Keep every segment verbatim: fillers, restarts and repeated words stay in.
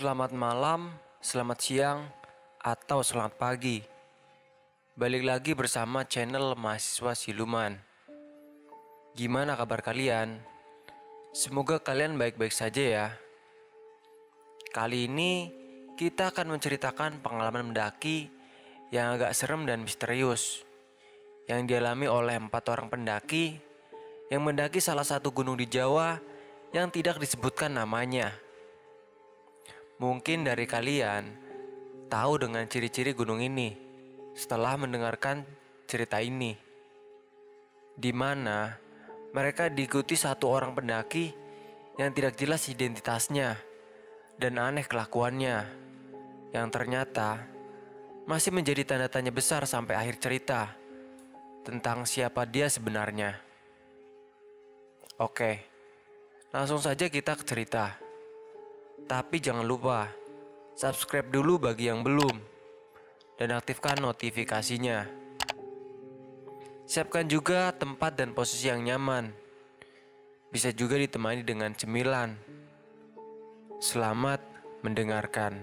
Selamat malam, selamat siang, atau selamat pagi. Balik lagi bersama channel Mahasiswa Siluman. Gimana kabar kalian? Semoga kalian baik-baik saja ya. Kali ini kita akan menceritakan pengalaman mendaki yang agak serem dan misterius yang dialami oleh empat orang pendaki yang mendaki salah satu gunung di Jawa yang tidak disebutkan namanya. Mungkin dari kalian tahu dengan ciri-ciri gunung ini setelah mendengarkan cerita ini, di mana mereka diikuti satu orang pendaki yang tidak jelas identitasnya dan aneh kelakuannya, yang ternyata masih menjadi tanda tanya besar sampai akhir cerita tentang siapa dia sebenarnya. Oke, langsung saja kita ke cerita. Tapi jangan lupa, subscribe dulu bagi yang belum, dan aktifkan notifikasinya. Siapkan juga tempat dan posisi yang nyaman. Bisa juga ditemani dengan cemilan. Selamat mendengarkan.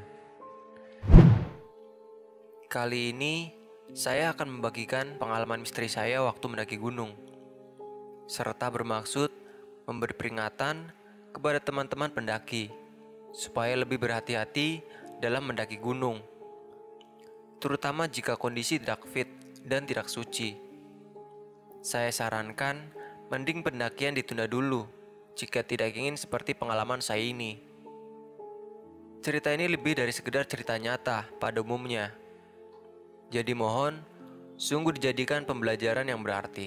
Kali ini, saya akan membagikan pengalaman misteri saya waktu mendaki gunung, serta bermaksud memberi peringatan kepada teman-teman pendaki supaya lebih berhati-hati dalam mendaki gunung, terutama jika kondisi tidak fit dan tidak suci. Saya sarankan mending pendakian ditunda dulu jika tidak ingin seperti pengalaman saya ini. Cerita ini lebih dari sekedar cerita nyata pada umumnya, jadi mohon sungguh dijadikan pembelajaran yang berarti.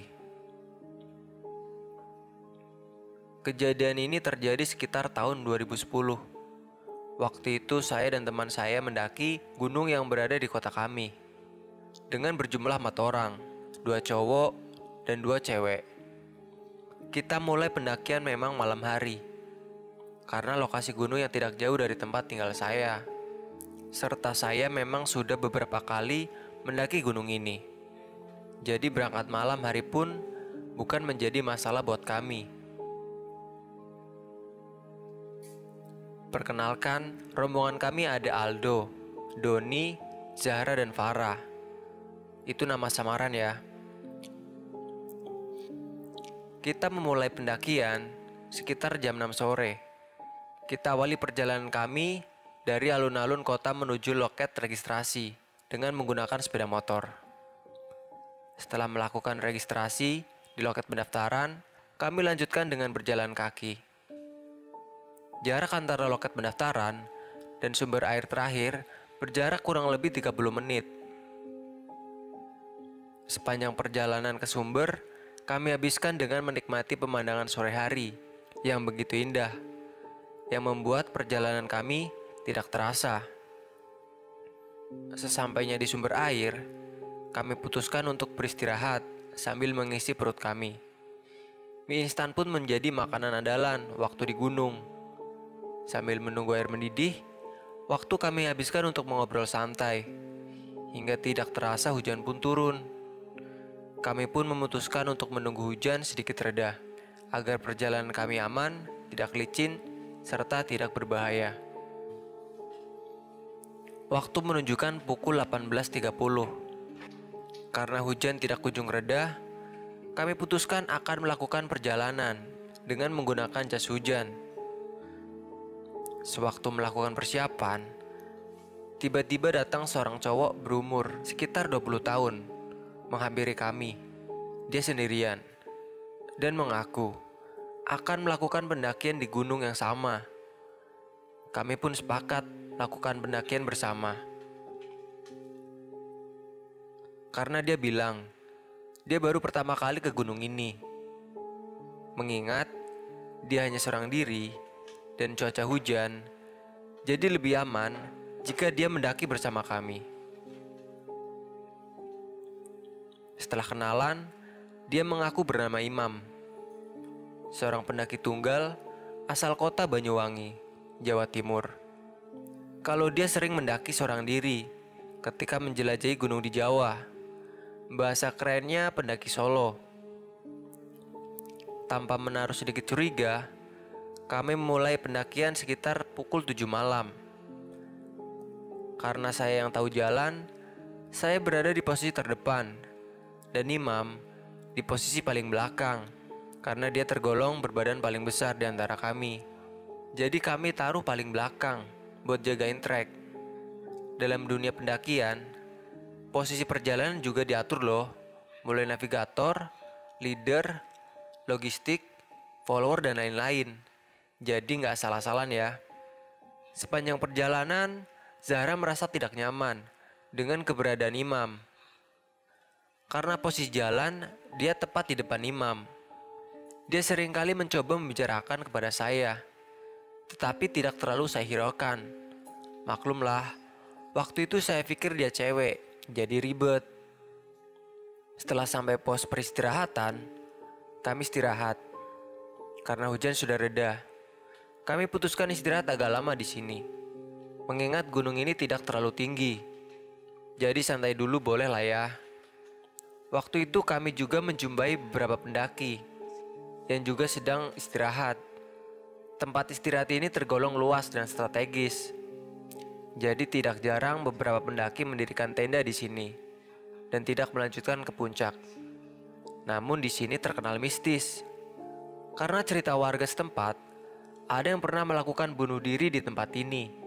Kejadian ini terjadi sekitar tahun dua ribu sepuluh. Waktu itu saya dan teman saya mendaki gunung yang berada di kota kami dengan berjumlah empat orang, dua cowok dan dua cewek. Kita mulai pendakian memang malam hari karena lokasi gunung yang tidak jauh dari tempat tinggal saya, serta saya memang sudah beberapa kali mendaki gunung ini. Jadi berangkat malam hari pun bukan menjadi masalah buat kami. Perkenalkan, rombongan kami ada Aldo, Doni, Zahra, dan Farah. Itu nama samaran ya. Kita memulai pendakian sekitar jam enam sore. Kita awali perjalanan kami dari alun-alun kota menuju loket registrasi dengan menggunakan sepeda motor. Setelah melakukan registrasi di loket pendaftaran, kami lanjutkan dengan berjalan kaki. Jarak antara loket pendaftaran dan sumber air terakhir berjarak kurang lebih tiga puluh menit. Sepanjang perjalanan ke sumber, kami habiskan dengan menikmati pemandangan sore hari yang begitu indah, yang membuat perjalanan kami tidak terasa. Sesampainya di sumber air, kami putuskan untuk beristirahat sambil mengisi perut kami. Mie instan pun menjadi makanan andalan waktu di gunung. Sambil menunggu air mendidih, waktu kami habiskan untuk mengobrol santai. Hingga tidak terasa hujan pun turun. Kami pun memutuskan untuk menunggu hujan sedikit reda, agar perjalanan kami aman, tidak licin, serta tidak berbahaya. Waktu menunjukkan pukul delapan belas tiga puluh. Karena hujan tidak kunjung reda, kami putuskan akan melakukan perjalanan dengan menggunakan jas hujan. Sewaktu melakukan persiapan, tiba-tiba datang seorang cowok berumur sekitar dua puluh tahun menghampiri kami. Dia sendirian dan mengaku akan melakukan pendakian di gunung yang sama. Kami pun sepakat melakukan pendakian bersama. Karena dia bilang dia baru pertama kali ke gunung ini. Mengingat dia hanya seorang diri dan cuaca hujan, jadi lebih aman jika dia mendaki bersama kami. Setelah kenalan, dia mengaku bernama Imam, seorang pendaki tunggal asal kota Banyuwangi, Jawa Timur. Kalau dia sering mendaki seorang diri ketika menjelajahi gunung di Jawa, bahasa kerennya pendaki solo. Tanpa menaruh sedikit curiga, kami memulai pendakian sekitar pukul tujuh malam Karena saya yang tahu jalan, saya berada di posisi terdepan, dan imam di posisi paling belakang, karena dia tergolong berbadan paling besar di antara kami. Jadi kami taruh paling belakang buat jagain trek. Dalam dunia pendakian, posisi perjalanan juga diatur loh, mulai navigator, leader, logistik, follower, dan lain-lain. Jadi nggak salah-salan ya. Sepanjang perjalanan, Zahra merasa tidak nyaman dengan keberadaan imam. Karena posisi jalan, dia tepat di depan imam. Dia seringkali mencoba membicarakan kepada saya, tetapi tidak terlalu saya hiraukan. Maklumlah, waktu itu saya pikir dia cewek, jadi ribet. Setelah sampai pos peristirahatan, kami istirahat. Karena hujan sudah reda, kami putuskan istirahat agak lama di sini. Mengingat gunung ini tidak terlalu tinggi, jadi santai dulu boleh lah ya. Waktu itu kami juga menjumpai beberapa pendaki yang juga sedang istirahat. Tempat istirahat ini tergolong luas dan strategis. Jadi tidak jarang beberapa pendaki mendirikan tenda di sini dan tidak melanjutkan ke puncak. Namun di sini terkenal mistis. Karena cerita warga setempat, ada yang pernah melakukan bunuh diri di tempat ini.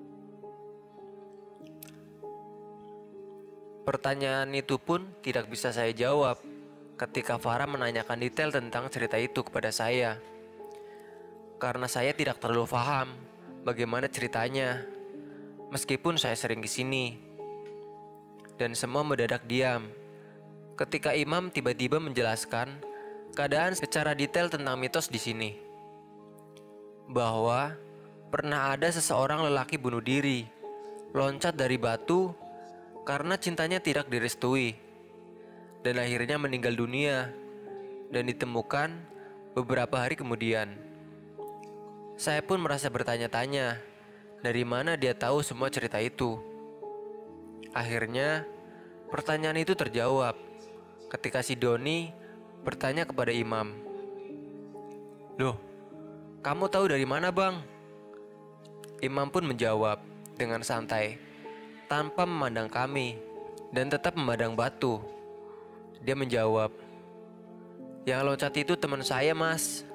Pertanyaan itu pun tidak bisa saya jawab ketika Farah menanyakan detail tentang cerita itu kepada saya. Karena saya tidak terlalu paham bagaimana ceritanya, meskipun saya sering ke sini. Dan semua mendadak diam ketika imam tiba-tiba menjelaskan keadaan secara detail tentang mitos di sini. Bahwa pernah ada seseorang lelaki bunuh diri, loncat dari batu karena cintanya tidak direstui, dan akhirnya meninggal dunia dan ditemukan beberapa hari kemudian. Saya pun merasa bertanya-tanya, dari mana dia tahu semua cerita itu. Akhirnya, pertanyaan itu terjawab ketika si Doni bertanya kepada imam, "Loh, kamu tahu dari mana bang?" Imam pun menjawab dengan santai, tanpa memandang kami, dan tetap memandang batu. Dia menjawab, "Yang loncat itu teman saya mas."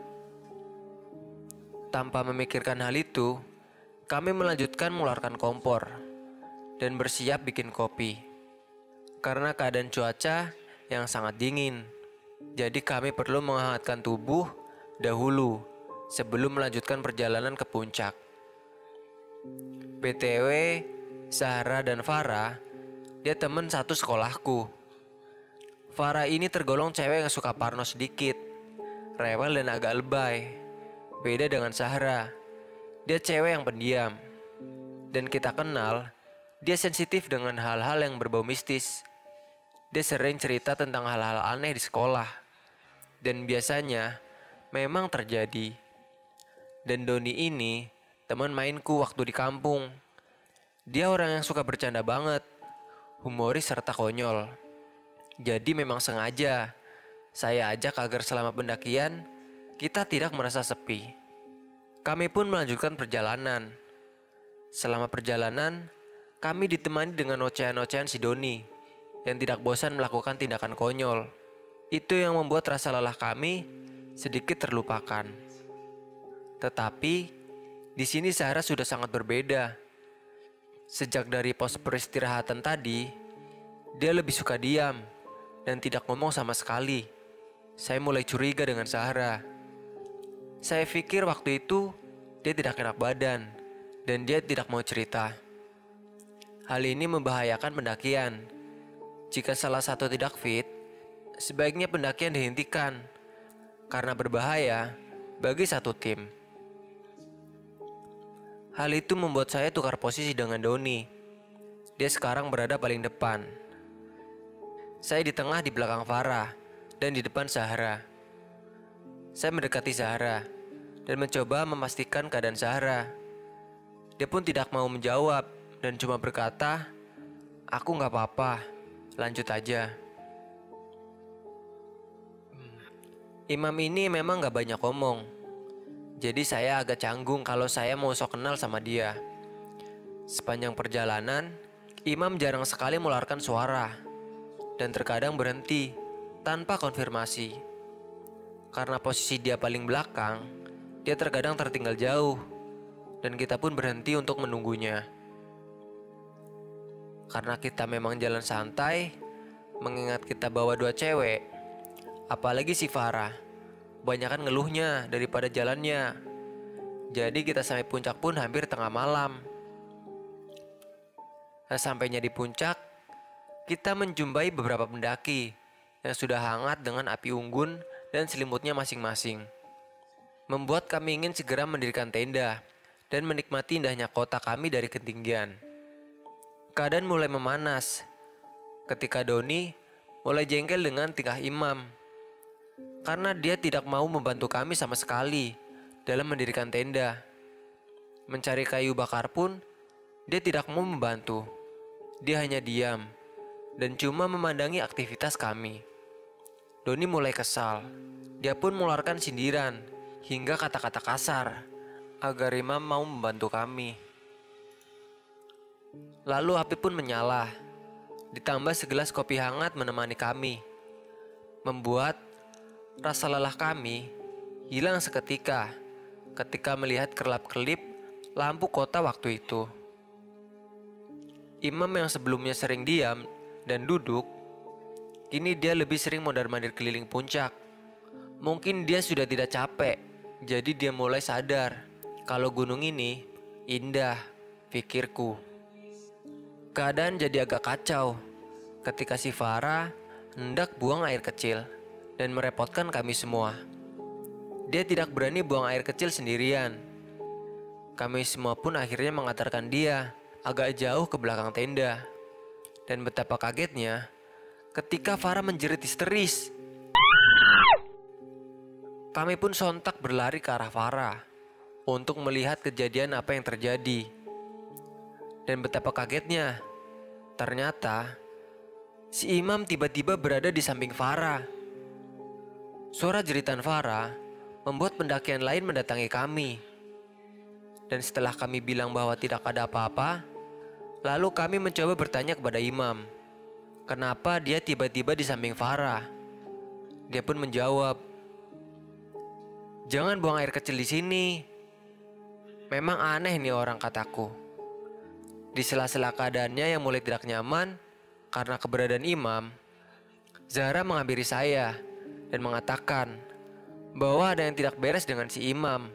Tanpa memikirkan hal itu, kami melanjutkan mengeluarkan kompor dan bersiap bikin kopi. Karena keadaan cuaca yang sangat dingin, jadi kami perlu menghangatkan tubuh dahulu sebelum melanjutkan perjalanan ke puncak. B T W, Zahra dan Farah, dia temen satu sekolahku. Farah ini tergolong cewek yang suka parno sedikit, rewel dan agak lebay. Beda dengan Zahra, dia cewek yang pendiam. Dan kita kenal, dia sensitif dengan hal-hal yang berbau mistis. Dia sering cerita tentang hal-hal aneh di sekolah. Dan biasanya, memang terjadi. Dan Doni ini, teman mainku waktu di kampung. Dia orang yang suka bercanda banget, humoris serta konyol. Jadi memang sengaja saya ajak agar selama pendakian kita tidak merasa sepi. Kami pun melanjutkan perjalanan. Selama perjalanan, kami ditemani dengan ocehan-ocehan si Doni yang tidak bosan melakukan tindakan konyol. Itu yang membuat rasa lelah kami sedikit terlupakan. Tetapi di sini Zahra sudah sangat berbeda. Sejak dari pos peristirahatan tadi, dia lebih suka diam dan tidak ngomong sama sekali. Saya mulai curiga dengan Zahra. Saya pikir waktu itu dia tidak enak badan dan dia tidak mau cerita. Hal ini membahayakan pendakian. Jika salah satu tidak fit, sebaiknya pendakian dihentikan karena berbahaya bagi satu tim. Hal itu membuat saya tukar posisi dengan Doni. Dia sekarang berada paling depan. Saya di tengah di belakang Farah dan di depan Zahra. Saya mendekati Zahra dan mencoba memastikan keadaan Zahra. Dia pun tidak mau menjawab dan cuma berkata, "Aku gak apa-apa, lanjut aja." Imam ini memang gak banyak ngomong. Jadi saya agak canggung kalau saya mau sok kenal sama dia. Sepanjang perjalanan, Imam jarang sekali mengeluarkan suara dan terkadang berhenti tanpa konfirmasi. Karena posisi dia paling belakang, dia terkadang tertinggal jauh dan kita pun berhenti untuk menunggunya. Karena kita memang jalan santai, mengingat kita bawa dua cewek, apalagi si Farah, kebanyakan ngeluhnya daripada jalannya. Jadi kita sampai puncak pun hampir tengah malam. Sampainya di puncak, kita menjumpai beberapa pendaki yang sudah hangat dengan api unggun dan selimutnya masing-masing. Membuat kami ingin segera mendirikan tenda dan menikmati indahnya kota kami dari ketinggian. Keadaan mulai memanas ketika Doni mulai jengkel dengan tingkah Imam. Karena dia tidak mau membantu kami sama sekali dalam mendirikan tenda. Mencari kayu bakar pun dia tidak mau membantu. Dia hanya diam dan cuma memandangi aktivitas kami. Doni mulai kesal. Dia pun mengeluarkan sindiran hingga kata-kata kasar agar Imam mau membantu kami. Lalu api pun menyala. Ditambah segelas kopi hangat menemani kami, membuat rasa lelah kami hilang seketika ketika melihat kerlap-kerlip lampu kota waktu itu. Imam yang sebelumnya sering diam dan duduk, kini dia lebih sering mondar-mandir keliling puncak. Mungkin dia sudah tidak capek, jadi dia mulai sadar kalau gunung ini indah, pikirku. Keadaan jadi agak kacau ketika si Farah hendak buang air kecil dan merepotkan kami semua. Dia tidak berani buang air kecil sendirian. Kami semua pun akhirnya mengantarkan dia agak jauh ke belakang tenda. Dan betapa kagetnya ketika Farah menjerit histeris. Kami pun sontak berlari ke arah Farah untuk melihat kejadian apa yang terjadi. Dan betapa kagetnya, ternyata si Imam tiba-tiba berada di samping Farah. Suara jeritan Farah membuat pendakian lain mendatangi kami. Dan setelah kami bilang bahwa tidak ada apa-apa, lalu kami mencoba bertanya kepada Imam, kenapa dia tiba-tiba di samping Farah. Dia pun menjawab, "Jangan buang air kecil di sini. Memang aneh nih orang," kataku. Di sela-sela keadaannya yang mulai tidak nyaman karena keberadaan Imam, Zahra menghampiri saya dan mengatakan bahwa ada yang tidak beres dengan si Imam.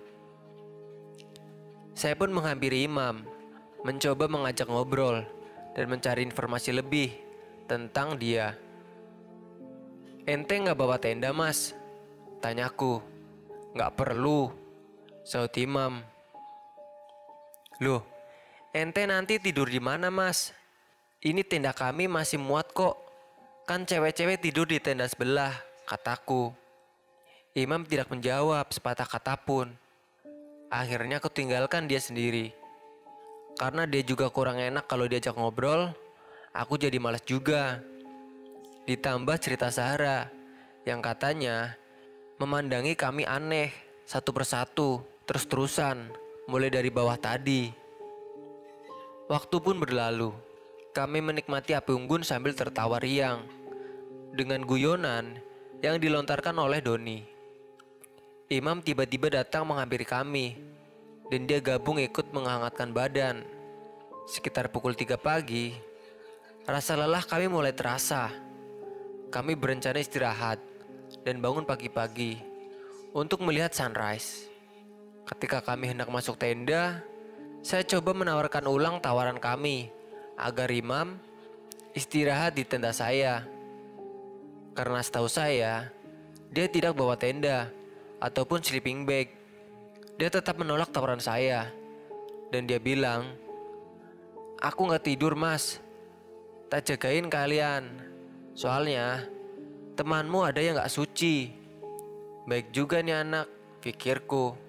Saya pun menghampiri Imam, mencoba mengajak ngobrol dan mencari informasi lebih tentang dia. "Ente nggak bawa tenda, Mas?" tanyaku. "Nggak perlu," sahut Imam. "Loh, ente nanti tidur di mana, Mas? Ini tenda kami masih muat kok. Kan cewek-cewek tidur di tenda sebelah," kataku. Imam tidak menjawab sepatah kata pun. Akhirnya aku tinggalkan dia sendiri. Karena dia juga kurang enak kalau diajak ngobrol, aku jadi malas juga. Ditambah cerita Zahra yang katanya memandangi kami aneh satu persatu, terus-terusan, mulai dari bawah tadi. Waktu pun berlalu. Kami menikmati api unggun sambil tertawa riang dengan guyonan yang dilontarkan oleh Doni. Imam tiba-tiba datang menghampiri kami dan dia gabung ikut menghangatkan badan. Sekitar pukul tiga pagi, rasa lelah kami mulai terasa. Kami berencana istirahat dan bangun pagi-pagi untuk melihat sunrise. Ketika kami hendak masuk tenda, saya coba menawarkan ulang tawaran kami agar Imam istirahat di tenda saya. Karena setahu saya, dia tidak bawa tenda ataupun sleeping bag. Dia tetap menolak tawaran saya. Dan dia bilang, "Aku gak tidur, Mas. Tak jagain kalian. Soalnya temanmu ada yang gak suci." Baik juga nih anak, pikirku.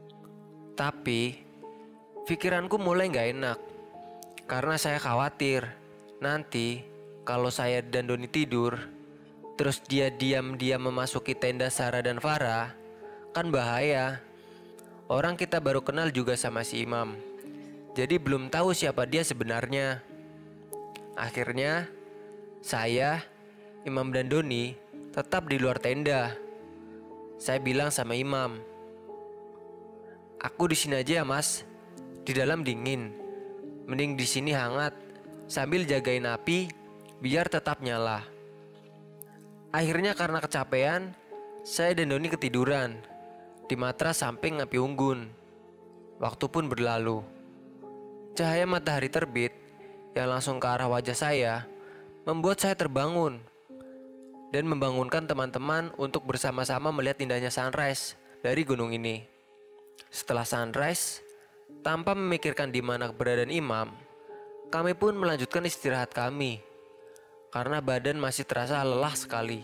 Tapi pikiranku mulai gak enak. Karena saya khawatir nanti kalau saya dan Doni tidur, terus dia diam-diam memasuki tenda Sarah dan Farah, kan bahaya. Orang kita baru kenal juga sama si Imam. jadi belum tahu siapa dia sebenarnya. Akhirnya, saya, Imam dan Doni tetap di luar tenda. Saya bilang sama Imam, "Aku di sini aja ya Mas, di dalam dingin. Mending di sini hangat, sambil jagain api biar tetap nyala." Akhirnya karena kecapean, saya dan Doni ketiduran di matras samping api unggun. Waktu pun berlalu. Cahaya matahari terbit yang langsung ke arah wajah saya membuat saya terbangun dan membangunkan teman-teman untuk bersama-sama melihat indahnya sunrise dari gunung ini. Setelah sunrise, tanpa memikirkan di mana keberadaan Imam, kami pun melanjutkan istirahat kami karena badan masih terasa lelah sekali.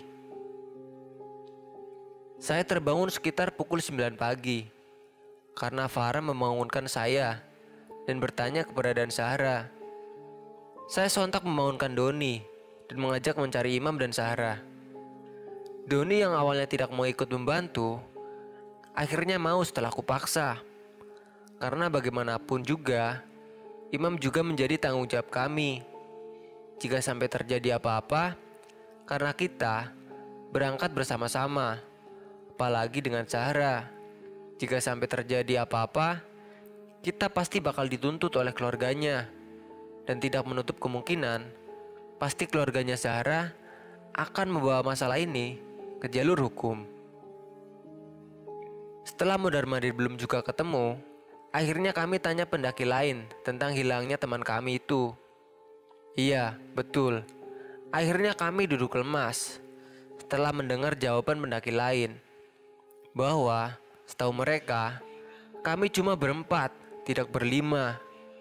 Saya terbangun sekitar pukul sembilan pagi karena Farah membangunkan saya dan bertanya keberadaan Sahara. Saya sontak membangunkan Doni dan mengajak mencari Imam dan Sahara. Doni yang awalnya tidak mau ikut membantu, akhirnya mau setelah kupaksa. Karena bagaimanapun juga, Imam juga menjadi tanggung jawab kami. Jika sampai terjadi apa-apa, karena kita berangkat bersama-sama, apalagi dengan Sahara. Jika sampai terjadi apa-apa, kita pasti bakal dituntut oleh keluarganya. Dan tidak menutup kemungkinan, pasti keluarganya Sahara akan membawa masalah ini ke jalur hukum. Setelah mondar-mandir belum juga ketemu, akhirnya kami tanya pendaki lain tentang hilangnya teman kami itu. Iya, betul. Akhirnya kami duduk lemas setelah mendengar jawaban pendaki lain bahwa setahu mereka kami cuma berempat, tidak berlima.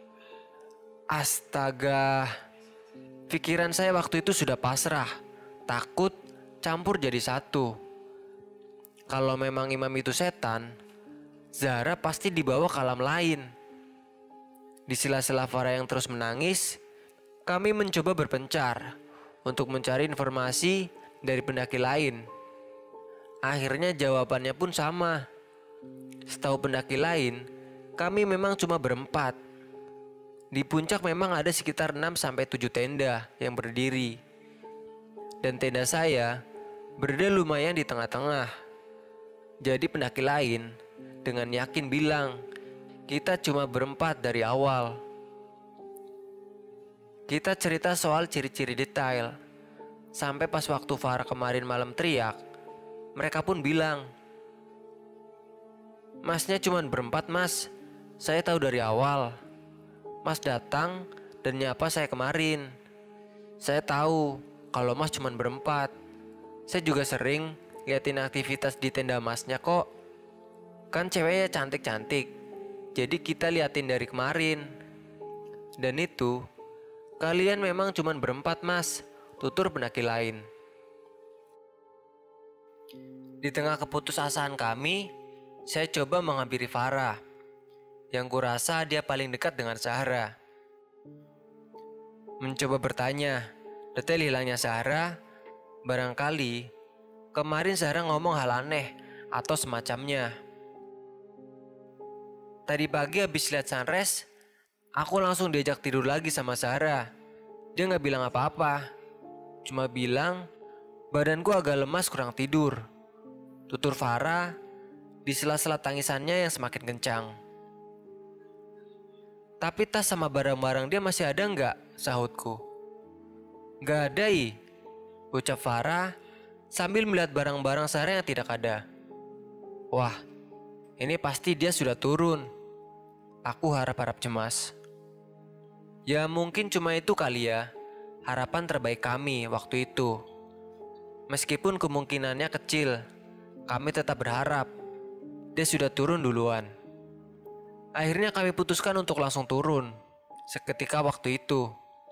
Astaga, pikiran saya waktu itu sudah pasrah, takut campur jadi satu. Kalau memang Imam itu setan, Zahra pasti dibawa ke alam lain. Di sela-sela Farah yang terus menangis, kami mencoba berpencar untuk mencari informasi dari pendaki lain. Akhirnya jawabannya pun sama. Setahu pendaki lain, kami memang cuma berempat. Di puncak memang ada sekitar enam sampai tujuh tenda yang berdiri. Dan tenda saya berada lumayan di tengah-tengah. Jadi pendaki lain dengan yakin bilang, kita cuma berempat dari awal. Kita cerita soal ciri-ciri detail. Sampai pas waktu Farah kemarin malam teriak, mereka pun bilang, "Masnya cuma berempat mas, saya tahu dari awal. Mas datang dan nyapa saya kemarin. Saya tahu kalau mas cuma berempat. Saya juga sering liatin aktivitas di tenda masnya kok. Kan ceweknya cantik-cantik, jadi kita liatin dari kemarin. Dan itu, kalian memang cuma berempat mas," tutur pendaki lain. Di tengah keputusasaan kami, saya coba menghampiri Farah, yang kurasa dia paling dekat dengan Sahara. Mencoba bertanya, detail hilangnya Sahara, barangkali kemarin Sahara ngomong hal aneh atau semacamnya. Tadi pagi habis lihat sunrise, aku langsung diajak tidur lagi sama Sahara. Dia gak bilang apa-apa, cuma bilang badanku agak lemas kurang tidur, tutur Farah di sela-sela tangisannya yang semakin kencang. "Tapi tas sama barang-barang dia masih ada nggak?" sahutku. "Gak ada i," ucap Farah sambil melihat barang-barang Sarah yang tidak ada. Wah, ini pasti dia sudah turun. Aku harap-harap cemas. Ya mungkin cuma itu kali ya, harapan terbaik kami waktu itu. Meskipun kemungkinannya kecil, kami tetap berharap dia sudah turun duluan. Akhirnya kami putuskan untuk langsung turun seketika waktu itu.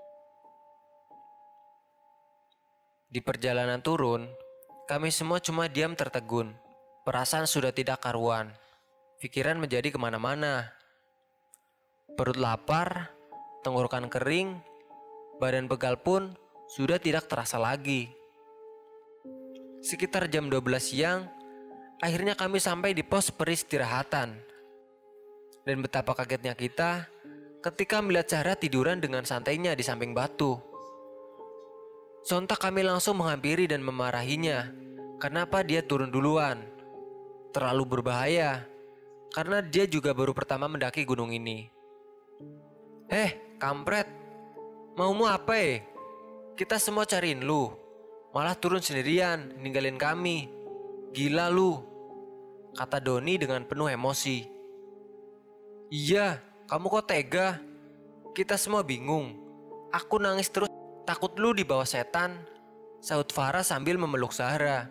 Di perjalanan turun, kami semua cuma diam tertegun. Perasaan sudah tidak karuan. Pikiran menjadi kemana-mana. Perut lapar, tenggorokan kering, badan pegal pun sudah tidak terasa lagi. Sekitar jam dua belas siang, akhirnya kami sampai di pos peristirahatan. Dan betapa kagetnya kita ketika melihat Zahra tiduran dengan santainya di samping batu. Sontak kami langsung menghampiri dan memarahinya. Kenapa dia turun duluan? Terlalu berbahaya, karena dia juga baru pertama mendaki gunung ini. Eh, kampret, maumu apa eh? Kita semua cariin lu, malah turun sendirian, ninggalin kami. Gila lu, kata Doni dengan penuh emosi. Iya, kamu kok tega? Kita semua bingung. Aku nangis terus, takut lu dibawa setan, sahut Farah sambil memeluk Zahra.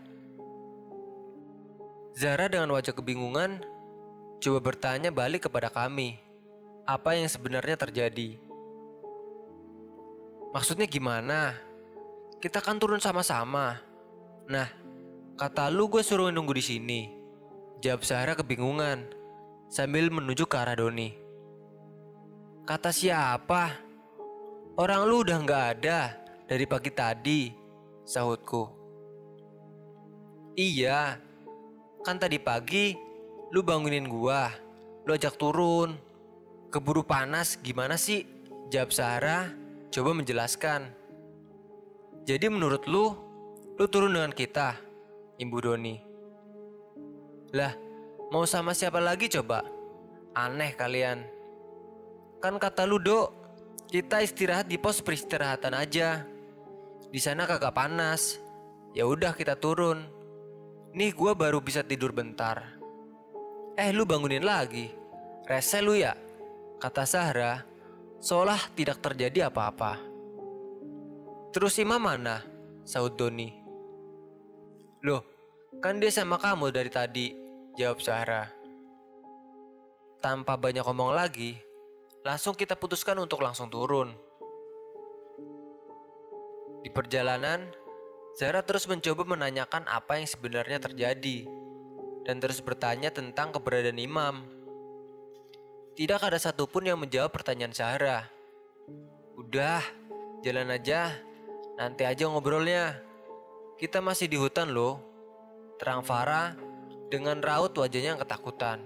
Zahra dengan wajah kebingungan coba bertanya balik kepada kami, apa yang sebenarnya terjadi. Maksudnya gimana? Kita kan turun sama-sama. Nah, kata lu gue suruh nunggu di sini, jawab Zahra kebingungan sambil menunjuk ke arah Doni. Kata siapa? Orang lu udah gak ada dari pagi tadi, sahutku. Iya, kan tadi pagi lu bangunin gua, lu ajak turun. Keburu panas gimana sih? Jawab Zahra coba menjelaskan. Jadi menurut lu, lu turun dengan kita, Ibu Doni. Lah, mau sama siapa lagi coba? Aneh kalian. Kan kata lu, Dok, kita istirahat di pos peristirahatan aja. Di sana kagak panas. Ya udah kita turun. Nih gua baru bisa tidur bentar. Eh lu bangunin lagi. Rese lu ya? Kata Zahra, seolah tidak terjadi apa-apa. Terus Imam mana? Sahut Doni. Loh, kan dia sama kamu dari tadi, jawab Zahra. Tanpa banyak ngomong lagi, langsung kita putuskan untuk langsung turun. Di perjalanan, Zahra terus mencoba menanyakan apa yang sebenarnya terjadi dan terus bertanya tentang keberadaan Imam. Tidak ada satupun yang menjawab pertanyaan Zahra. Udah, jalan aja, nanti aja ngobrolnya. Kita masih di hutan loh, terang Farah dengan raut wajahnya yang ketakutan.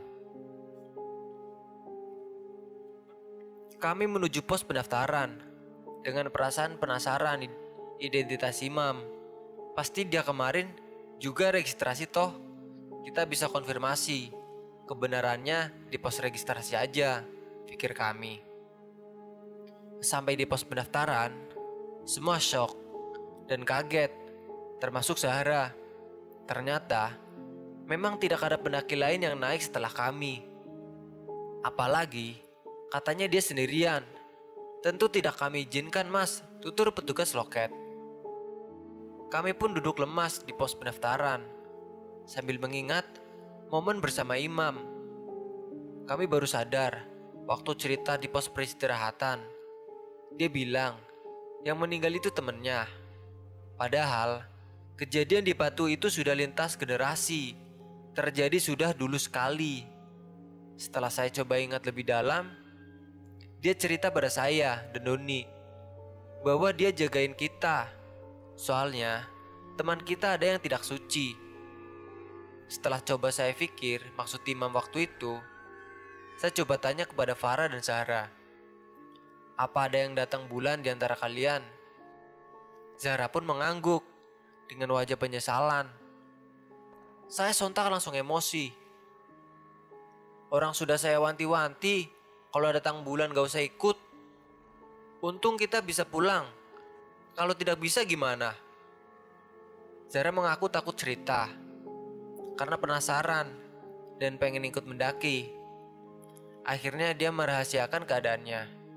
Kami menuju pos pendaftaran dengan perasaan penasaran identitas Imam. Pasti dia kemarin juga registrasi toh. Kita bisa konfirmasi kebenarannya di pos registrasi aja, pikir kami. Sampai di pos pendaftaran, semua shock dan kaget, termasuk Zahra. Ternyata memang tidak ada pendaki lain yang naik setelah kami. Apalagi katanya dia sendirian. Tentu tidak kami izinkan mas, tutur petugas loket. Kami pun duduk lemas di pos pendaftaran sambil mengingat momen bersama Imam. Kami baru sadar waktu cerita di pos peristirahatan. Dia bilang yang meninggal itu temennya. Padahal kejadian di Batu itu sudah lintas generasi, terjadi sudah dulu sekali. Setelah saya coba ingat lebih dalam, dia cerita pada saya dan Doni bahwa dia jagain kita. Soalnya teman kita ada yang tidak suci. Setelah coba saya pikir maksud Imam waktu itu, saya coba tanya kepada Farah dan Zahra. Apa ada yang datang bulan di antara kalian? Zahra pun mengangguk dengan wajah penyesalan. Saya sontak langsung emosi. Orang sudah saya wanti-wanti, kalau datang bulan gak usah ikut. Untung kita bisa pulang. Kalau tidak bisa gimana? Zahra mengaku takut cerita karena penasaran dan pengen ikut mendaki. Akhirnya dia merahasiakan keadaannya.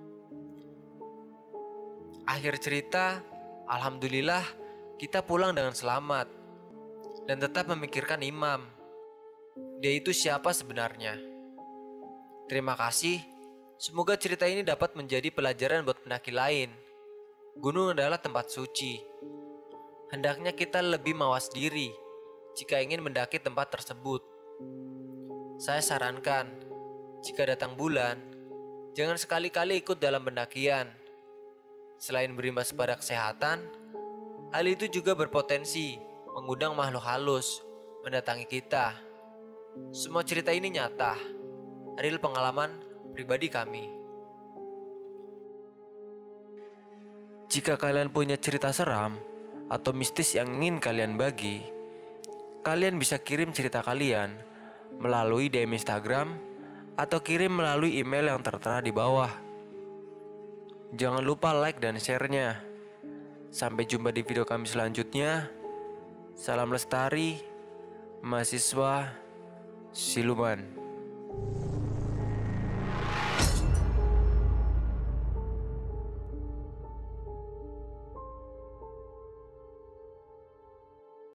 Akhir cerita, alhamdulillah kita pulang dengan selamat dan tetap memikirkan Imam. Dia itu siapa sebenarnya? Terima kasih. Semoga cerita ini dapat menjadi pelajaran buat pendaki lain. Gunung adalah tempat suci. Hendaknya kita lebih mawas diri jika ingin mendaki tempat tersebut. Saya sarankan, jika datang bulan, jangan sekali-kali ikut dalam pendakian. Selain berimbas pada kesehatan, hal itu juga berpotensi mengundang makhluk halus mendatangi kita. Semua cerita ini nyata, real pengalaman pribadi kami. Jika kalian punya cerita seram atau mistis yang ingin kalian bagi, kalian bisa kirim cerita kalian melalui D M Instagram atau kirim melalui email yang tertera di bawah. Jangan lupa like dan share-nya. Sampai jumpa di video kami selanjutnya. Salam lestari, mahasiswa siluman.